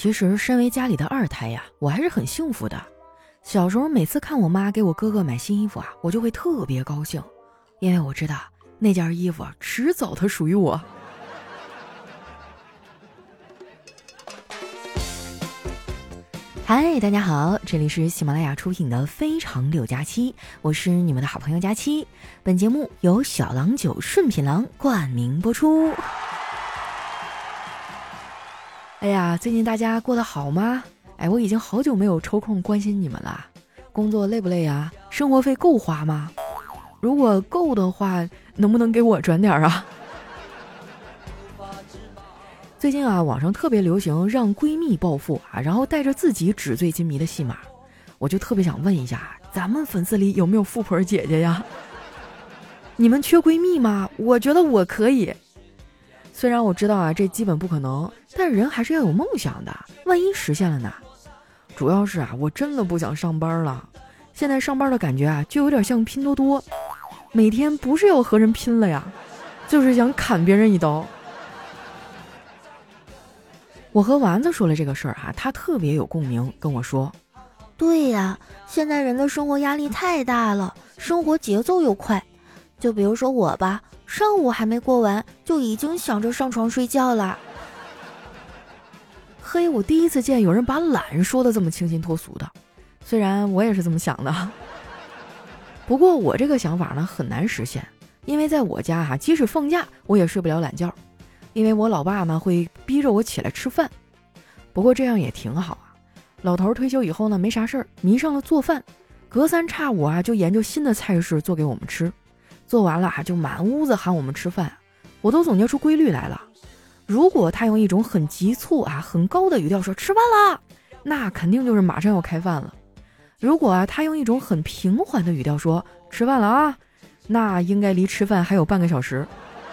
其实身为家里的二胎呀，我还是很幸福的。小时候每次看我妈给我哥哥买新衣服啊，我就会特别高兴，因为我知道那件衣服迟早它属于我。嗨，大家好，这里是喜马拉雅出品的《非常六加七》，我是你们的好朋友佳期。本节目由小郎酒顺品郎冠名播出。哎呀，最近大家过得好吗？我已经好久没有抽空关心你们了。工作累不累啊？生活费够花吗？如果够的话，能不能给我转点啊？最近啊，网上特别流行让闺蜜暴富啊，然后带着自己纸醉金迷的戏码。我就特别想问一下，咱们粉丝里有没有富婆姐姐呀？你们缺闺蜜吗？我觉得我可以。虽然我知道啊，这基本不可能，但人还是要有梦想的，万一实现了呢？主要是啊，我真的不想上班了。现在上班的感觉啊，就有点像拼多多，每天不是要和人拼了呀，就是想砍别人一刀。我和丸子说了这个事儿啊，他特别有共鸣，跟我说： 对呀，现在人的生活压力太大了，生活节奏又快。就比如说我吧，上午还没过完，就已经想着上床睡觉了。 嘿，我第一次见有人把懒说的这么清新脱俗的，虽然我也是这么想的。不过我这个想法呢很难实现，因为在我家啊，即使放假我也睡不了懒觉，因为我老爸呢会逼着我起来吃饭。不过这样也挺好啊，老头退休以后呢没啥事儿，迷上了做饭，隔三差五啊就研究新的菜式做给我们吃，做完了就满屋子喊我们吃饭。我都总结出规律来了，如果他用一种很急促啊很高的语调说吃饭啦，那肯定就是马上要开饭了。如果他用一种很平缓的语调说吃饭了啊，那应该离吃饭还有半个小时。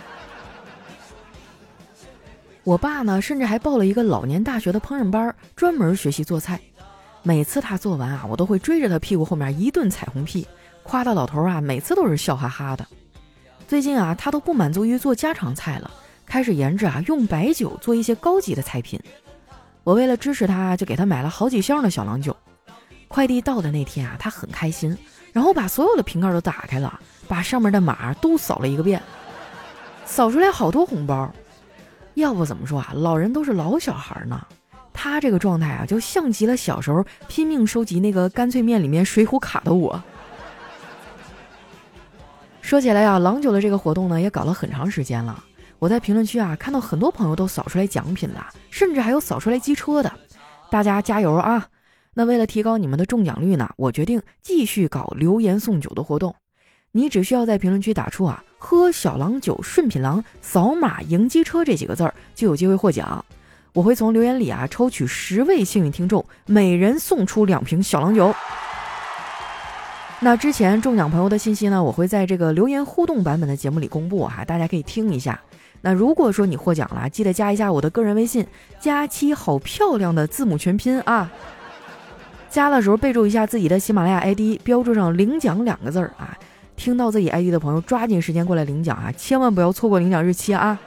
我爸呢甚至还报了一个老年大学的烹饪班，专门学习做菜。每次他做完啊，我都会追着他屁股后面一顿彩虹屁，夸到老头啊每次都是笑哈哈的。最近啊，他都不满足于做家常菜了，开始研制啊用白酒做一些高级的菜品。我为了支持他，就给他买了好几箱的小郎酒。快递到的那天啊，他很开心，然后把所有的瓶盖都打开了，把上面的码都扫了一个遍，扫出来好多红包。要不怎么说啊，老人都是老小孩呢。他这个状态啊，就像极了小时候拼命收集那个干脆面里面水浒卡的我。说起来啊，郎酒的这个活动呢，也搞了很长时间了。我在评论区啊，看到很多朋友都扫出来奖品了，甚至还有扫出来机车的。大家加油啊！那为了提高你们的中奖率呢，我决定继续搞留言送酒的活动。你只需要在评论区打出啊“喝小郎酒顺品郎，扫码赢机车”这几个字儿，就有机会获奖。我会从留言里啊抽取10位幸运听众，每人送出2瓶小郎酒。那之前中奖朋友的信息呢，我会在这个留言互动版本的节目里公布啊，大家可以听一下。那如果说你获奖了，记得加一下我的个人微信，佳期好漂亮的字母全拼啊。加的时候备注一下自己的喜马拉雅 ID， 标注上领奖2个字啊。听到自己 ID 的朋友抓紧时间过来领奖啊，千万不要错过领奖日期啊。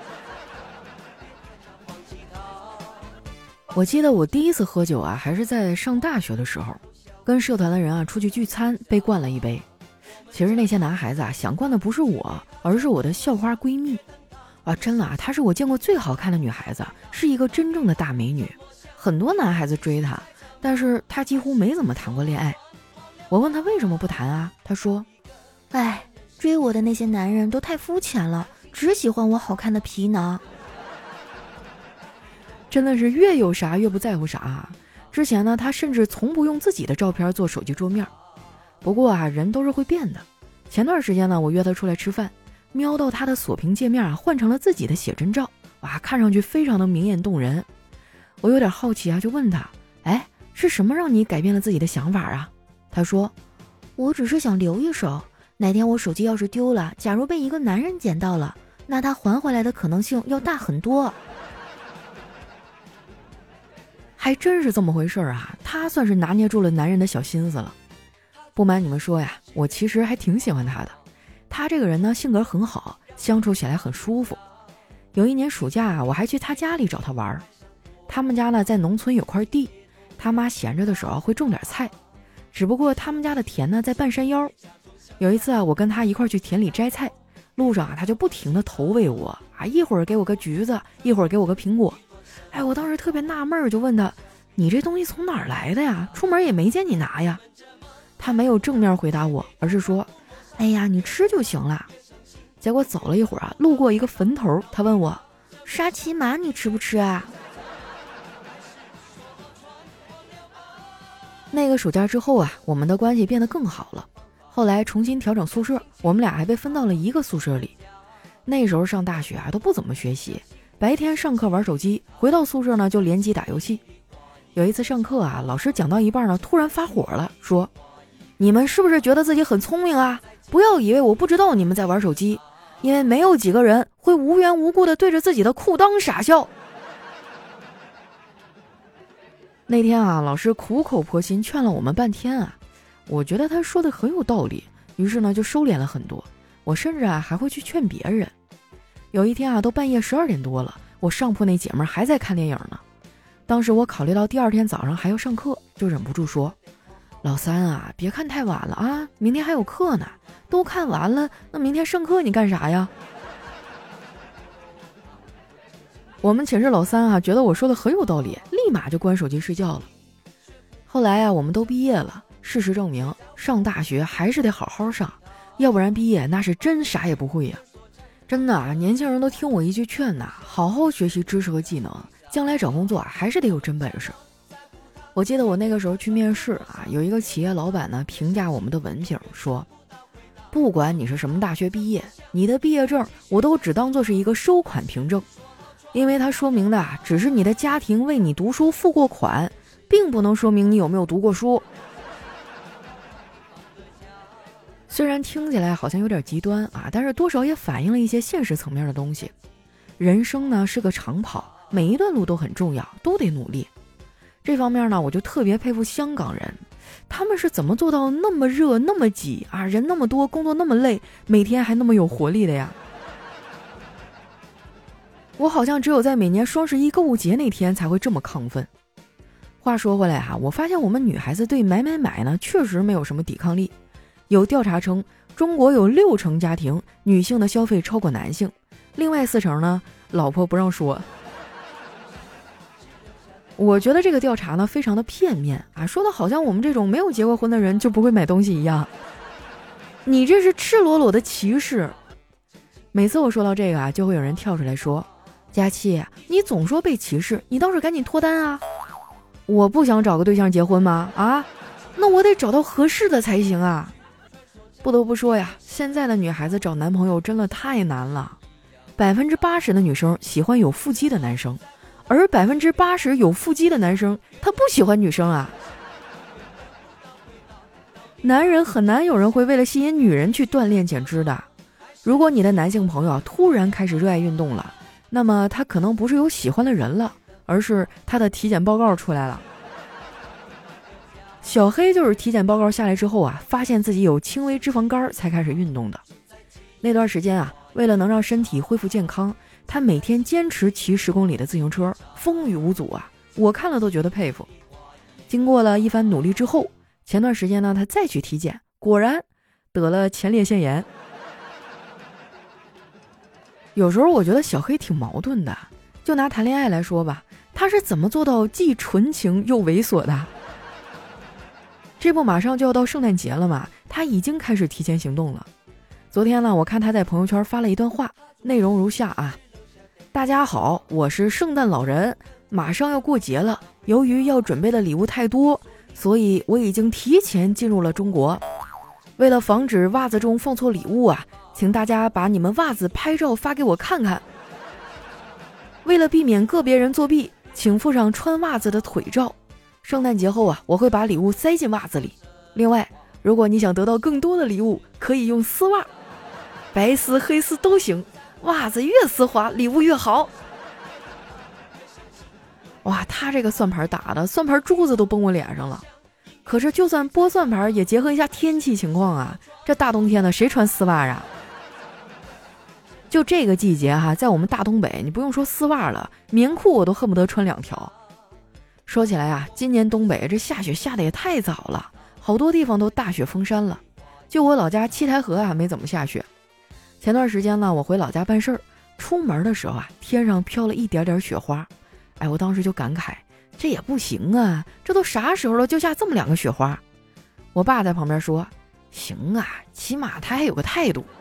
我记得我第一次喝酒啊，还是在上大学的时候，跟社团的人啊出去聚餐，被灌了一杯。其实那些男孩子啊，想灌的不是我，而是我的校花闺蜜啊，真的啊，她是我见过最好看的女孩子，是一个真正的大美女，很多男孩子追她，但是她几乎没怎么谈过恋爱。我问她为什么不谈啊，她说： 追我的那些男人都太肤浅了，只喜欢我好看的皮囊。 真的是越有啥越不在乎啥。之前呢，她甚至从不用自己的照片做手机桌面。不过啊，人都是会变的。前段时间呢，我约她出来吃饭，瞄到她的锁屏界面啊换成了自己的写真照，哇，看上去非常的明艳动人。我有点好奇啊，就问她：是什么让你改变了自己的想法啊？她说： 我只是想留一手，哪天我手机要是丢了，假如被一个男人捡到了，那他还回来的可能性要大很多。 还真是这么回事啊，她算是拿捏住了男人的小心思了。不瞒你们说呀，我其实还挺喜欢她的。她这个人呢，性格很好，相处起来很舒服。有一年暑假啊，我还去她家里找她玩。 他们家呢在农村有块地，他妈闲着的时候会种点菜，只不过他们家的田呢在半山腰。有一次啊，我跟他一块去田里摘菜，路上啊他就不停地投喂我啊，一会儿给我个橘子，一会儿给我个苹果。哎，我当时特别纳闷，就问他，你这东西从哪儿来的呀？出门也没见你拿呀。他没有正面回答我，而是说，哎呀，你吃就行了。结果走了一会儿啊，路过一个坟头，他问我，沙琪玛你吃不吃啊？那个暑假之后啊，我们的关系变得更好了。后来重新调整宿舍，我们俩还被分到了一个宿舍里。那时候上大学啊，都不怎么学习，白天上课玩手机，回到宿舍呢就联机打游戏。有一次上课啊，老师讲到一半呢，突然发火了，说，你们是不是觉得自己很聪明啊？不要以为我不知道你们在玩手机，因为没有几个人会无缘无故的对着自己的裤裆傻笑。那天啊，老师苦口婆心劝了我们半天啊，我觉得他说的很有道理，于是呢就收敛了很多。我甚至啊还会去劝别人。有一天啊，都半夜12点多了，我上铺那姐们还在看电影呢。当时我考虑到第二天早上还要上课，就忍不住说，老三啊，别看太晚了啊，明天还有课呢，都看完了，那明天上课你干啥呀？我们寝室老三啊，觉得我说的很有道理，立马就关手机睡觉了。后来啊，我们都毕业了，事实证明，上大学还是得好好上，要不然毕业那是真啥也不会呀。真的啊，年轻人都听我一句劝呐，好好学习知识和技能，将来找工作还是得有真本事。我记得我那个时候去面试啊，有一个企业老板呢评价我们的文凭说，不管你是什么大学毕业，你的毕业证我都只当做是一个收款凭证，因为它说明的只是你的家庭为你读书付过款，并不能说明你有没有读过书。虽然听起来好像有点极端啊，但是多少也反映了一些现实层面的东西。人生呢是个长跑，每一段路都很重要，都得努力。这方面呢，我就特别佩服香港人，他们是怎么做到那么热那么挤啊，人那么多，工作那么累，每天还那么有活力的呀。我好像只有在每年双11购物节那天才会这么亢奋。话说回来啊，我发现我们女孩子对买呢确实没有什么抵抗力。有调查称，中国有60%家庭女性的消费超过男性，另外4%呢，老婆不让说。我觉得这个调查呢非常的片面啊，说的好像我们这种没有结过婚的人就不会买东西一样。你这是赤裸裸的歧视。每次我说到这个啊，就会有人跳出来说，佳期，你总说被歧视，你倒是赶紧脱单啊。我不想找个对象结婚吗？啊，那我得找到合适的才行啊。不得不说呀，现在的女孩子找男朋友真的太难了。80%的女生喜欢有腹肌的男生，而80%有腹肌的男生他不喜欢女生啊。男人很难有人会为了吸引女人去锻炼减脂的。如果你的男性朋友突然开始热爱运动了，那么他可能不是有喜欢的人了，而是他的体检报告出来了。小黑就是体检报告下来之后啊，发现自己有轻微脂肪肝才开始运动的。那段时间啊，为了能让身体恢复健康，他每天坚持骑10公里的自行车，风雨无阻啊，我看了都觉得佩服。经过了一番努力之后，前段时间呢，他再去体检，果然得了前列腺炎。有时候我觉得小黑挺矛盾的，就拿谈恋爱来说吧，他是怎么做到既纯情又猥琐的？这不马上就要到圣诞节了嘛，他已经开始提前行动了。昨天呢，我看他在朋友圈发了一段话，内容如下啊：大家好，我是圣诞老人，马上要过节了，由于要准备的礼物太多，所以我已经提前进入了中国。为了防止袜子中放错礼物啊，请大家把你们袜子拍照发给我看看。为了避免个别人作弊，请附上穿袜子的腿照。圣诞节后啊，我会把礼物塞进袜子里。另外，如果你想得到更多的礼物，可以用丝袜，白丝黑丝都行，袜子越丝滑礼物越好。哇，他这个算盘打的，算盘珠子都崩我脸上了。可是就算拨算盘也结合一下天气情况啊，这大冬天的谁穿丝袜啊？就这个季节哈，在我们大东北，你不用说丝袜了，棉裤我都恨不得穿2条说起来啊，今年东北这下雪下的也太早了，好多地方都大雪封山了。就我老家七台河啊，没怎么下雪。前段时间呢，我回老家办事儿，出门的时候啊，天上飘了一点点雪花。哎，我当时就感慨，这也不行啊，这都啥时候了，就下这么2个雪花。我爸在旁边说，行啊，起码他还有个态度。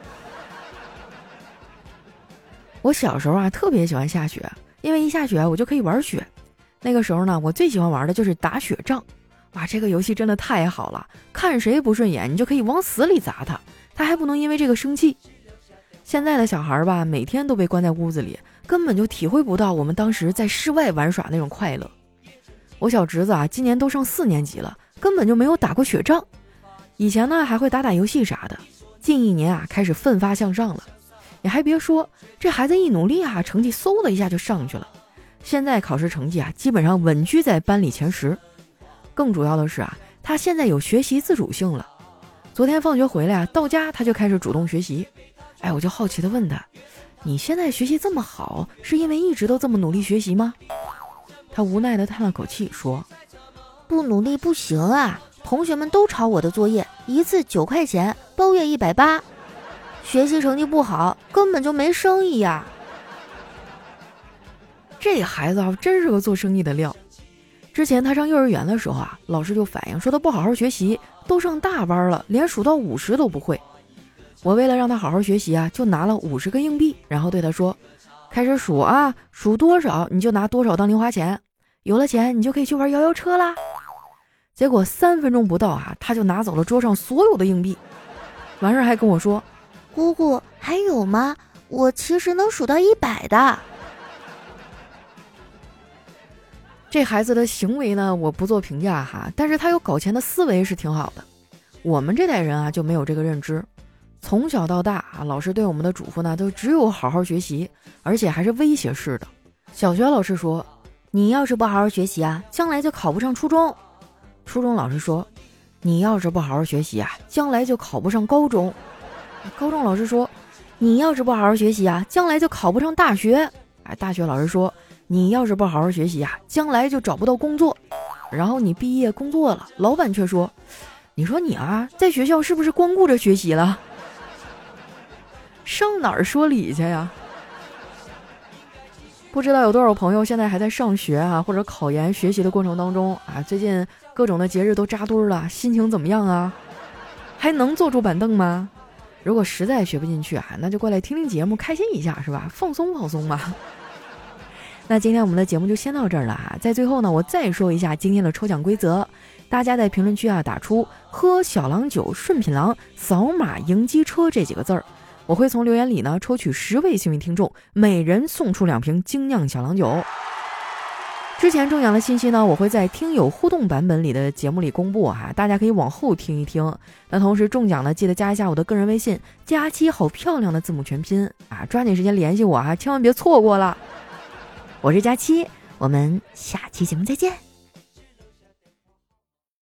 我小时候啊，特别喜欢下雪，因为一下雪我就可以玩雪。那个时候呢，我最喜欢玩的就是打雪仗。哇，这个游戏真的太好了，看谁不顺眼，你就可以往死里砸他，他还不能因为这个生气。现在的小孩吧，每天都被关在屋子里，根本就体会不到我们当时在室外玩耍那种快乐。我小侄子啊，今年都上4年级了，根本就没有打过雪仗。以前呢，还会打游戏啥的，近1年啊，开始奋发向上了。你还别说，这孩子一努力啊，成绩嗖的一下就上去了。现在考试成绩啊，基本上稳居在班里前10。更主要的是啊，他现在有学习自主性了。昨天放学回来啊，到家他就开始主动学习。哎，我就好奇地问他，你现在学习这么好，是因为一直都这么努力学习吗？他无奈地叹了口气说， 不努力不行啊，同学们都抄我的作业，一次9块钱，包月180。学习成绩不好，根本就没生意呀。 这孩子啊，真是个做生意的料。之前他上幼儿园的时候啊，老师就反映说他不好好学习，都上大班了，连数到50都不会。我为了让他好好学习啊，就拿了50个硬币，然后对他说，开始数啊，数多少你就拿多少当零花钱，有了钱你就可以去玩摇摇车啦。结果3分钟不到啊，他就拿走了桌上所有的硬币，完事还跟我说， 姑姑还有吗？我其实能数到100的。 这孩子的行为呢，我不做评价哈，但是他有搞钱的思维是挺好的。我们这代人啊，就没有这个认知。从小到大啊，老师对我们的嘱咐呢，都只有好好学习，而且还是威胁式的。小学老师说，你要是不好好学习啊，将来就考不上初中。初中老师说，你要是不好好学习啊，将来就考不上高中。高中老师说，你要是不好好学习啊，将来就考不上大学。大学老师说，你要是不好好学习啊，将来就找不到工作。然后你毕业工作了，老板却说，你说你啊，在学校是不是光顾着学习了？上哪儿说理去呀？不知道有多少朋友现在还在上学啊，或者考研学习的过程当中啊，最近各种的节日都扎堆了，心情怎么样啊？还能坐住板凳吗？如果实在学不进去啊，那就过来听听节目，开心一下是吧？放松放松嘛。那今天我们的节目就先到这儿了啊！在最后呢，我再说一下今天的抽奖规则，大家在评论区啊打出喝小郎酒顺品郎扫码赢机车这几个字儿，我会从留言里呢抽取10位幸运听众，每人送出2瓶精酿小郎酒。之前中奖的信息呢，我会在听友互动版本里的节目里公布哈，大家可以往后听一听。那同时中奖呢，记得加一下我的个人微信，佳期好漂亮的字母全拼啊，抓紧时间联系我啊，千万别错过了。我是佳期，我们下期节目再见。